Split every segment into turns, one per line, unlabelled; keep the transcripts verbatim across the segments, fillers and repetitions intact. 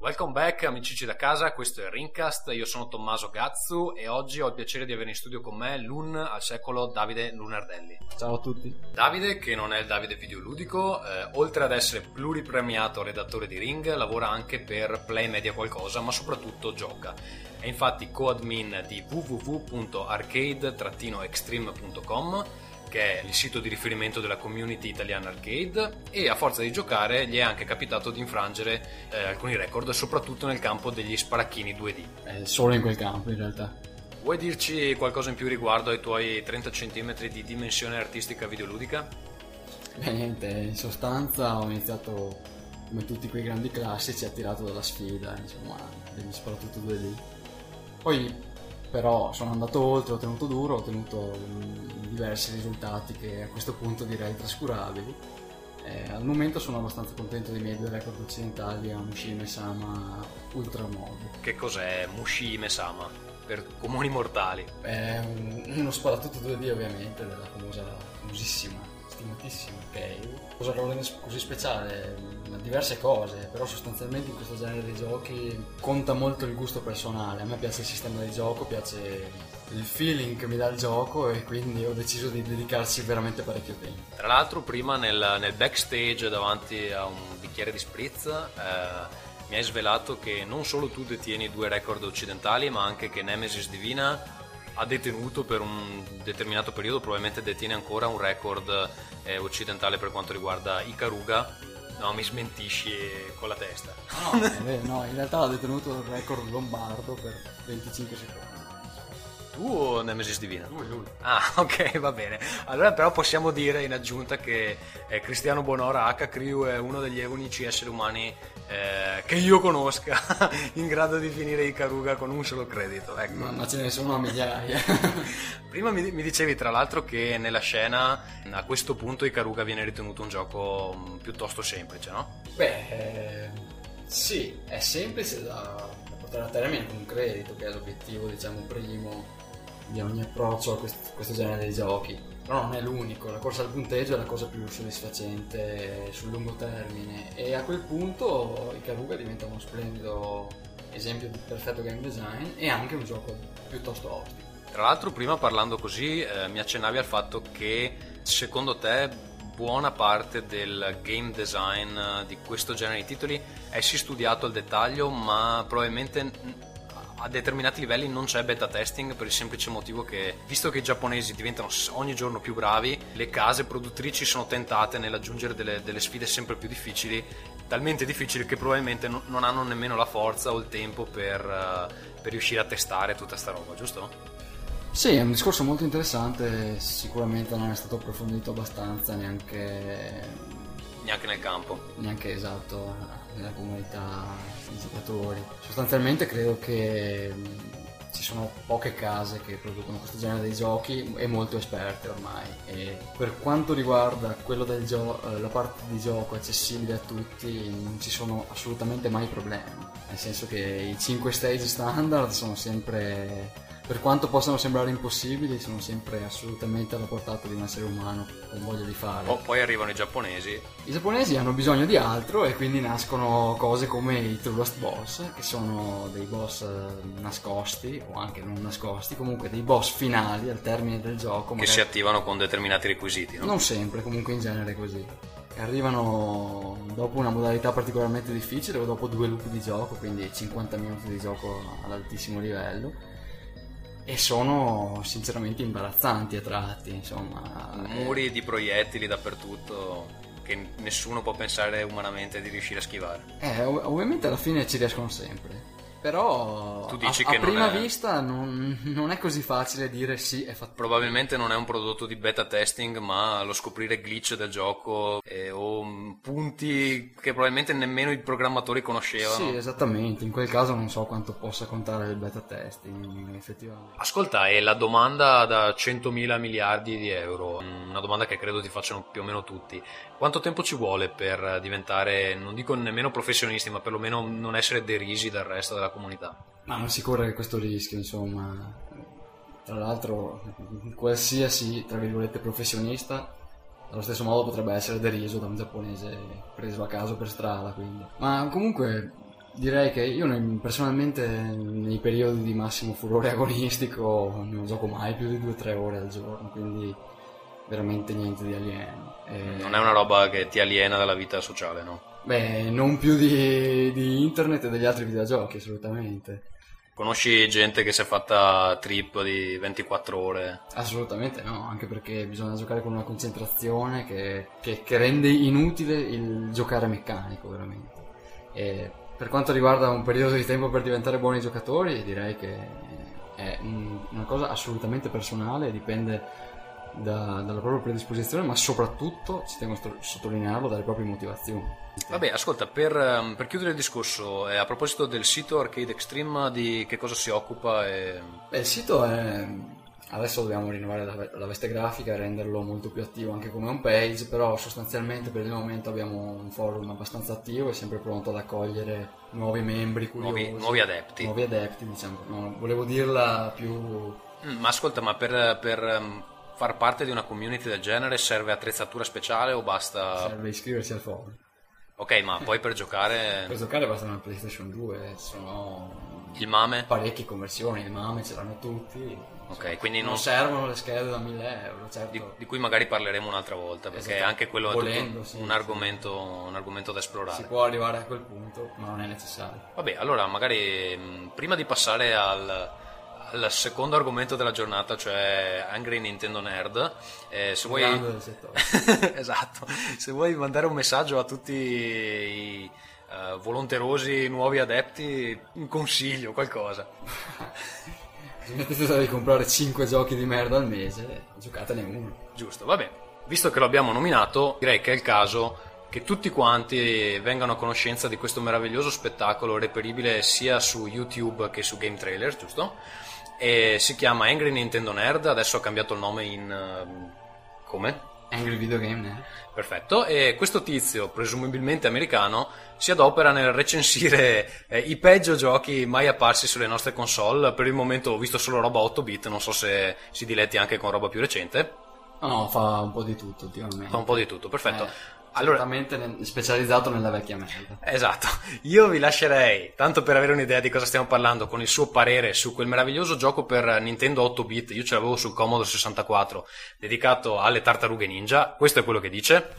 Welcome back amici da casa, questo è Rincast, io sono Tommaso Gazzu e oggi ho il piacere di avere in studio con me l'Un al secolo Davide Lunardelli.
Ciao a tutti.
Davide, che non è il Davide videoludico, eh, oltre ad essere pluripremiato redattore di Ring, lavora anche per Play Media Qualcosa, ma soprattutto gioca. È infatti co-admin di w w w punto arcade extreme punto com, che è il sito di riferimento della community italiana arcade, e a forza di giocare gli è anche capitato di infrangere eh, alcuni record, soprattutto nel campo degli sparacchini due D.
Eh, solo in quel campo in realtà.
Vuoi dirci qualcosa in più riguardo ai tuoi trenta centimetri di dimensione artistica videoludica?
Beh, niente, in sostanza ho iniziato come tutti quei grandi classici, attirato dalla sfida, insomma, degli sparatutto due D. Poi però sono andato oltre, ho tenuto duro, ho ottenuto diversi risultati che a questo punto direi trascurabili. Eh, al momento sono abbastanza contento dei miei due record occidentali a Mushime Sama Ultra Mode.
Che cos'è Mushime Sama per comuni mortali?
È un, uno sparatutto due D ovviamente, della famosa, famosissima, stimatissima ok. Cosa lo rende così speciale? Diverse cose, però sostanzialmente in questo genere di giochi conta molto il gusto personale. A me piace il sistema di gioco, piace il feeling che mi dà il gioco e quindi ho deciso di dedicarci veramente parecchio tempo.
Tra l'altro prima nel, nel backstage davanti a un bicchiere di spritz eh, mi hai svelato che non solo tu detieni due record occidentali, ma anche che Nemesis Divina ha detenuto per un determinato periodo, probabilmente detiene ancora un record eh, occidentale per quanto riguarda Ikaruga. No, mi smentisci con la testa.
No, eh, no, in realtà ha detenuto il record lombardo per venticinque secondi.
Tu o Nemesis Divina?
Lui, lui.
Ah, ok, va bene. Allora però possiamo dire in aggiunta che eh, Cristiano Bonora H. Crew è uno degli unici esseri umani eh, che io conosca in grado di finire Ikaruga con un solo credito. Ecco.
Ma, ma ce ne sono a migliaia.
Prima mi, mi dicevi tra l'altro che nella scena a questo punto Ikaruga viene ritenuto un gioco mh, piuttosto semplice, no?
Beh, eh, sì, è semplice da, da portare a termine con un credito, che è l'obiettivo, diciamo, primo di ogni approccio a questo, questo genere di giochi. Però non è l'unico, la corsa al punteggio è la cosa più soddisfacente sul lungo termine, e a quel punto Ikaruga diventa uno splendido esempio di perfetto game design e anche un gioco piuttosto ostico.
Tra l'altro prima parlando così eh, mi accennavi al fatto che secondo te buona parte del game design di questo genere di titoli è sì studiato al dettaglio, ma probabilmente a determinati livelli non c'è beta testing, per il semplice motivo che, visto che i giapponesi diventano ogni giorno più bravi, le case produttrici sono tentate nell'aggiungere delle, delle sfide sempre più difficili, talmente difficili che probabilmente non, non hanno nemmeno la forza o il tempo per, uh, per riuscire a testare tutta sta roba, giusto?
Sì, è un discorso molto interessante, sicuramente non è stato approfondito abbastanza neanche
neanche nel campo,
neanche esatto nella comunità di giocatori. Sostanzialmente credo che ci sono poche case che producono questo genere di giochi e molto esperte ormai, e per quanto riguarda quello del gio- la parte di gioco accessibile a tutti non ci sono assolutamente mai problemi, nel senso che i cinque stage standard sono sempre, per quanto possano sembrare impossibili, sono sempre assolutamente alla portata di un essere umano con voglia di fare.
Oh, poi arrivano i giapponesi.
I giapponesi hanno bisogno di altro e quindi nascono cose come i True Lost Boss, che sono dei boss nascosti o anche non nascosti, comunque dei boss finali al termine del gioco.
Che si attivano con determinati requisiti, no?
Non sempre, comunque in genere così. Arrivano dopo una modalità particolarmente difficile o dopo due loop di gioco, quindi cinquanta minuti di gioco all'altissimo livello. E sono sinceramente imbarazzanti a tratti, insomma.
Muri di proiettili dappertutto che nessuno può pensare umanamente di riuscire a schivare.
Eh, ov- ovviamente alla fine ci riescono sempre. Però
tu dici
a,
che
a prima
non è...
vista non, non è così facile dire sì, è fatto.
Probabilmente non è un prodotto di beta testing, ma lo scoprire glitch del gioco eh, o punti che probabilmente nemmeno i programmatori conoscevano.
Sì, esattamente, in quel caso non so quanto possa contare il beta testing effettivamente.
Ascolta, è la domanda da centomila miliardi di euro, una domanda che credo ti facciano più o meno tutti. Quanto tempo ci vuole per diventare, non dico nemmeno professionisti, ma perlomeno non essere derisi dal resto della comunità?
Ma non si corre questo rischio, insomma. Tra l'altro qualsiasi, tra virgolette, professionista allo stesso modo potrebbe essere deriso da un giapponese preso a caso per strada, quindi. Ma comunque direi che io ne- personalmente nei periodi di massimo furore agonistico non gioco mai più di due tre ore al giorno, quindi veramente niente di alieno. E...
Non è una roba che ti aliena dalla vita sociale, no?
Beh, non più di, di internet e degli altri videogiochi, assolutamente.
Conosci gente che si è fatta trip di ventiquattro ore?
Assolutamente no, anche perché bisogna giocare con una concentrazione che, che, che rende inutile il giocare meccanico, veramente. E per quanto riguarda un periodo di tempo per diventare buoni giocatori, direi che è un- una cosa assolutamente personale, dipende da- dalla propria predisposizione, ma soprattutto, ci tengo a sto- sottolinearlo, dalle proprie motivazioni.
Vabbè, ascolta, per, ehm, per chiudere il discorso, eh, a proposito del sito Arcade Extreme, di che cosa si occupa? E...
Beh, il sito è... Adesso dobbiamo rinnovare la, la veste grafica e renderlo molto più attivo anche come home page, però sostanzialmente per il momento abbiamo un forum abbastanza attivo e sempre pronto ad accogliere nuovi membri, curiosi,
Nuovi- nuovi adepti.
Nuovi adepti, diciamo. No, volevo dirla più...
Mm, ma ascolta, ma per, per ehm, far parte di una community del genere serve attrezzatura speciale o basta...
Serve iscriversi al forum.
Ok, ma poi per giocare
Per giocare basta una PlayStation due, sono
il mame?
parecchie conversioni, le mame ce l'hanno tutti.
Ok, quindi non,
Non servono le schede da mille euro, certo.
di, di cui magari parleremo un'altra volta, perché
Esatto.
anche quello è
Volendo,
tutto
sì,
un,
sì.
argomento, un argomento da esplorare.
Si può arrivare a quel punto, ma non è necessario.
Vabbè, allora magari mh, prima di passare al, al secondo argomento della giornata, cioè Angry Nintendo Nerd, eh, se vuoi...
Grande del settore.
Esatto, se vuoi mandare un messaggio a tutti i eh, volonterosi nuovi adepti, un consiglio, qualcosa.
Smettete di comprare cinque giochi di merda al mese, giocatene uno.
Giusto, vabbè, visto che lo abbiamo nominato, direi che è il caso che tutti quanti vengano a conoscenza di questo meraviglioso spettacolo reperibile sia su YouTube che su Game Trailers, giusto? E si chiama Angry Nintendo Nerd, adesso ha cambiato il nome in... ehm, come?
Angry Video Game Nerd.
Perfetto, e questo tizio, presumibilmente americano, si adopera nel recensire eh, i peggio giochi mai apparsi sulle nostre console. Per il momento ho visto solo roba otto bit, non so se si diletti anche con roba più recente.
No, no, fa un po' di tutto ultimamente.
Fa un po' di tutto, perfetto.
Eh,
Allora,
certamente ne- specializzato nella vecchia merda.
esatto, io vi lascerei, tanto per avere un'idea di cosa stiamo parlando, con il suo parere su quel meraviglioso gioco per Nintendo otto bit, io ce l'avevo sul Commodore sessantaquattro, dedicato alle tartarughe ninja. Questo è quello che dice.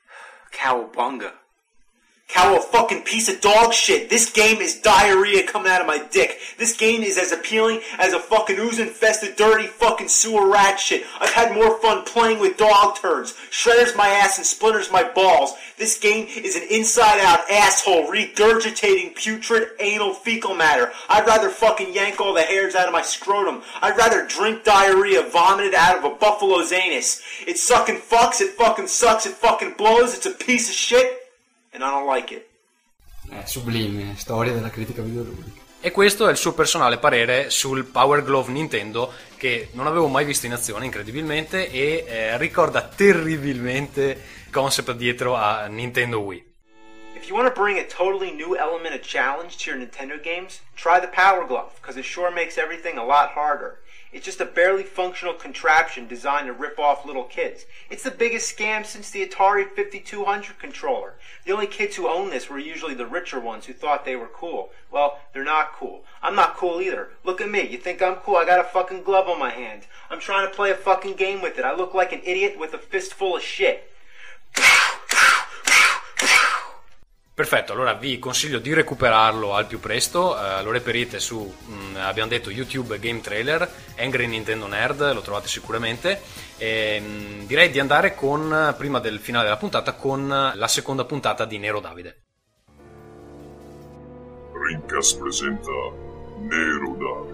Cowabunga. Cow a fucking piece of dog shit. This game is diarrhea coming out of my dick. This game is as appealing as a fucking ooze-infested, dirty fucking sewer rat shit. I've had more fun playing with dog turds. Shredders my ass and splinters my balls. This game is an inside-out asshole regurgitating putrid anal fecal matter. I'd rather fucking yank all the hairs out of my scrotum. I'd rather drink diarrhea vomited out of a buffalo's anus. It sucking fucks, it fucking sucks, it fucking blows, it's a piece of shit. And I don't like it.
Eh, sublime, storia della critica videoludica.
E questo è il suo personale parere sul Power Glove Nintendo, che non avevo mai visto in azione, incredibilmente, e eh, ricorda terribilmente il concept dietro a Nintendo Wii.
If you want to bring a totally new element of challenge to your Nintendo games, try the Power Glove, because it sure makes everything a lot harder. It's just a barely functional contraption designed to rip off little kids. It's the biggest scam since the Atari fifty-two hundred controller. The only kids who own this were usually the richer ones who thought they were cool. Well, they're not cool. I'm not cool either. Look at me. You think I'm cool? I got a fucking glove on my hand. I'm trying to play a fucking game with it. I look like an idiot with a fistful of shit.
Perfetto, allora vi consiglio di recuperarlo al più presto, eh, lo reperite su, mh, abbiamo detto, YouTube e Game Trailer, Angry Nintendo Nerd, lo trovate sicuramente, e, mh, direi di andare con, prima del finale della puntata, con la seconda puntata di Nero Davide.
Rincast presenta Nero Davide.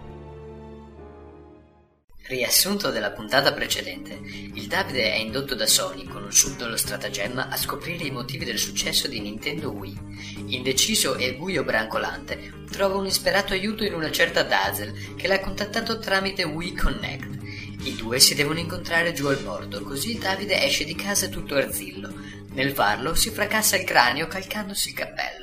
Riassunto della puntata precedente, il Davide è indotto da Sony con un subdolo stratagemma a scoprire i motivi del successo di Nintendo Wii. Indeciso e buio brancolante, trova un insperato aiuto in una certa Dazzle che l'ha contattato tramite Wii Connect. I due si devono incontrare giù al porto, così Davide esce di casa tutto arzillo. Nel farlo si fracassa il cranio calcandosi il cappello.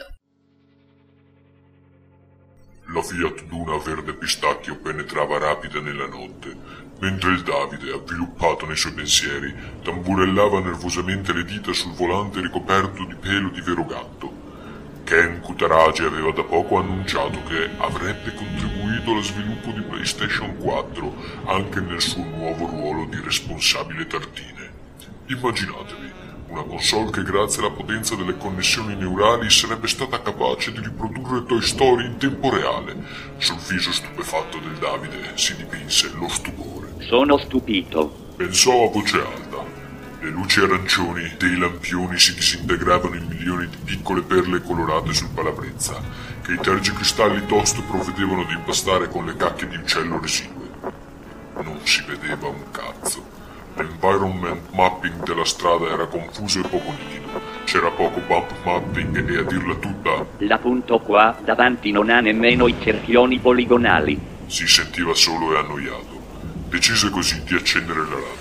La Fiat Duna verde pistacchio penetrava rapida nella notte, mentre il Davide, avviluppato nei suoi pensieri, tamburellava nervosamente le dita sul volante ricoperto di pelo di vero gatto. Ken Kutaragi aveva da poco annunciato che avrebbe contribuito allo sviluppo di PlayStation quattro anche nel suo nuovo ruolo di responsabile tartine. Immaginatevi, una console che grazie alla potenza delle connessioni neurali sarebbe stata capace di riprodurre Toy Story in tempo reale. Sul viso stupefatto del Davide si dipinse lo stupore.
Sono stupito.
Pensò a voce alta. Le luci arancioni dei lampioni si disintegravano in milioni di piccole perle colorate sul palabrezza, che i tergicristalli tosto provvedevano ad impastare con le cacche di uccello residue. Non si vedeva un cazzo. L'environment mapping della strada era confuso e poco nitido. C'era poco bump mapping e, a dirla tutta,
la punto qua, davanti non ha nemmeno i cerchioni poligonali.
Si sentiva solo e annoiato. Decise così di accendere la radio.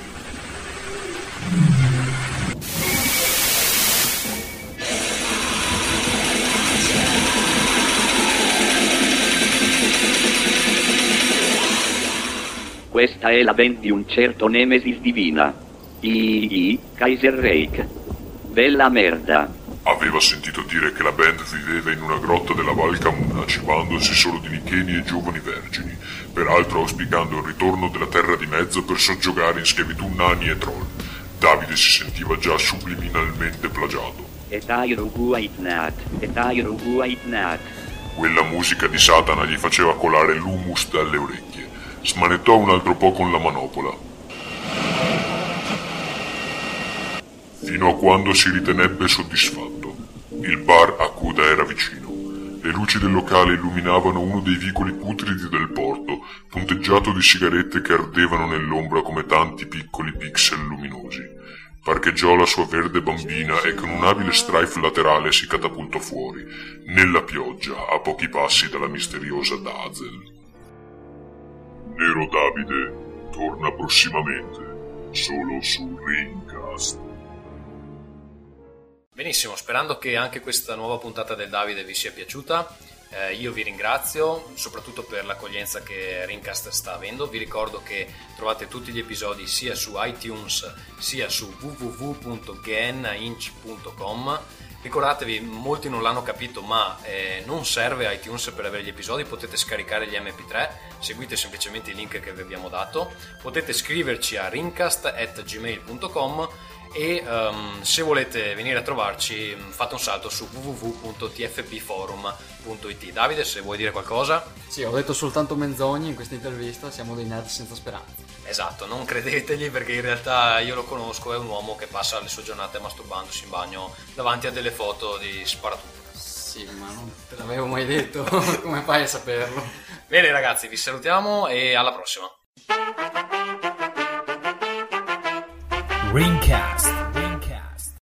Questa è la band di un certo Nemesis Divina. I, I, Kaiser Reich. Bella merda.
Aveva sentito dire che la band viveva in una grotta della Val Camuna, cibandosi solo di licheni e giovani vergini, peraltro auspicando il ritorno della Terra di Mezzo per soggiogare in schiavitù nani e troll. Davide si sentiva già subliminalmente plagiato.
Et Iron White Nut, et Iron White Nut.
Quella musica di Satana gli faceva colare l'humus dalle orecchie. Smanettò un altro po' con la manopola, fino a quando si ritenebbe soddisfatto. Il bar a coda era vicino. Le luci del locale illuminavano uno dei vicoli putridi del porto, punteggiato di sigarette che ardevano nell'ombra come tanti piccoli pixel luminosi. Parcheggiò la sua verde bambina e con un abile strife laterale si catapultò fuori, nella pioggia, a pochi passi dalla misteriosa Dazel. Nero Davide torna prossimamente, solo su Rincast.
Benissimo, sperando che anche questa nuova puntata del Davide vi sia piaciuta. Eh, io vi ringrazio soprattutto per l'accoglienza che Rincast sta avendo. Vi ricordo che trovate tutti gli episodi sia su iTunes sia su w w w punto gaininch punto com. Ricordatevi, molti non l'hanno capito, ma eh, non serve iTunes per avere gli episodi, potete scaricare gli emme pi tre, seguite semplicemente i link che vi abbiamo dato, potete scriverci a rincast at gmail punto com e um, se volete venire a trovarci fate un salto su w w w punto t f p forum punto i t. Davide, se vuoi dire qualcosa?
Sì, ho detto soltanto menzogne in questa intervista, siamo dei nerd senza speranza.
Esatto, non credetegli perché in realtà io lo conosco, è un uomo che passa le sue giornate masturbandosi in bagno davanti a delle foto di sparatutto.
Sì, ma non te l'avevo mai detto, come fai a saperlo?
Bene ragazzi, vi salutiamo e alla prossima.
Rincast.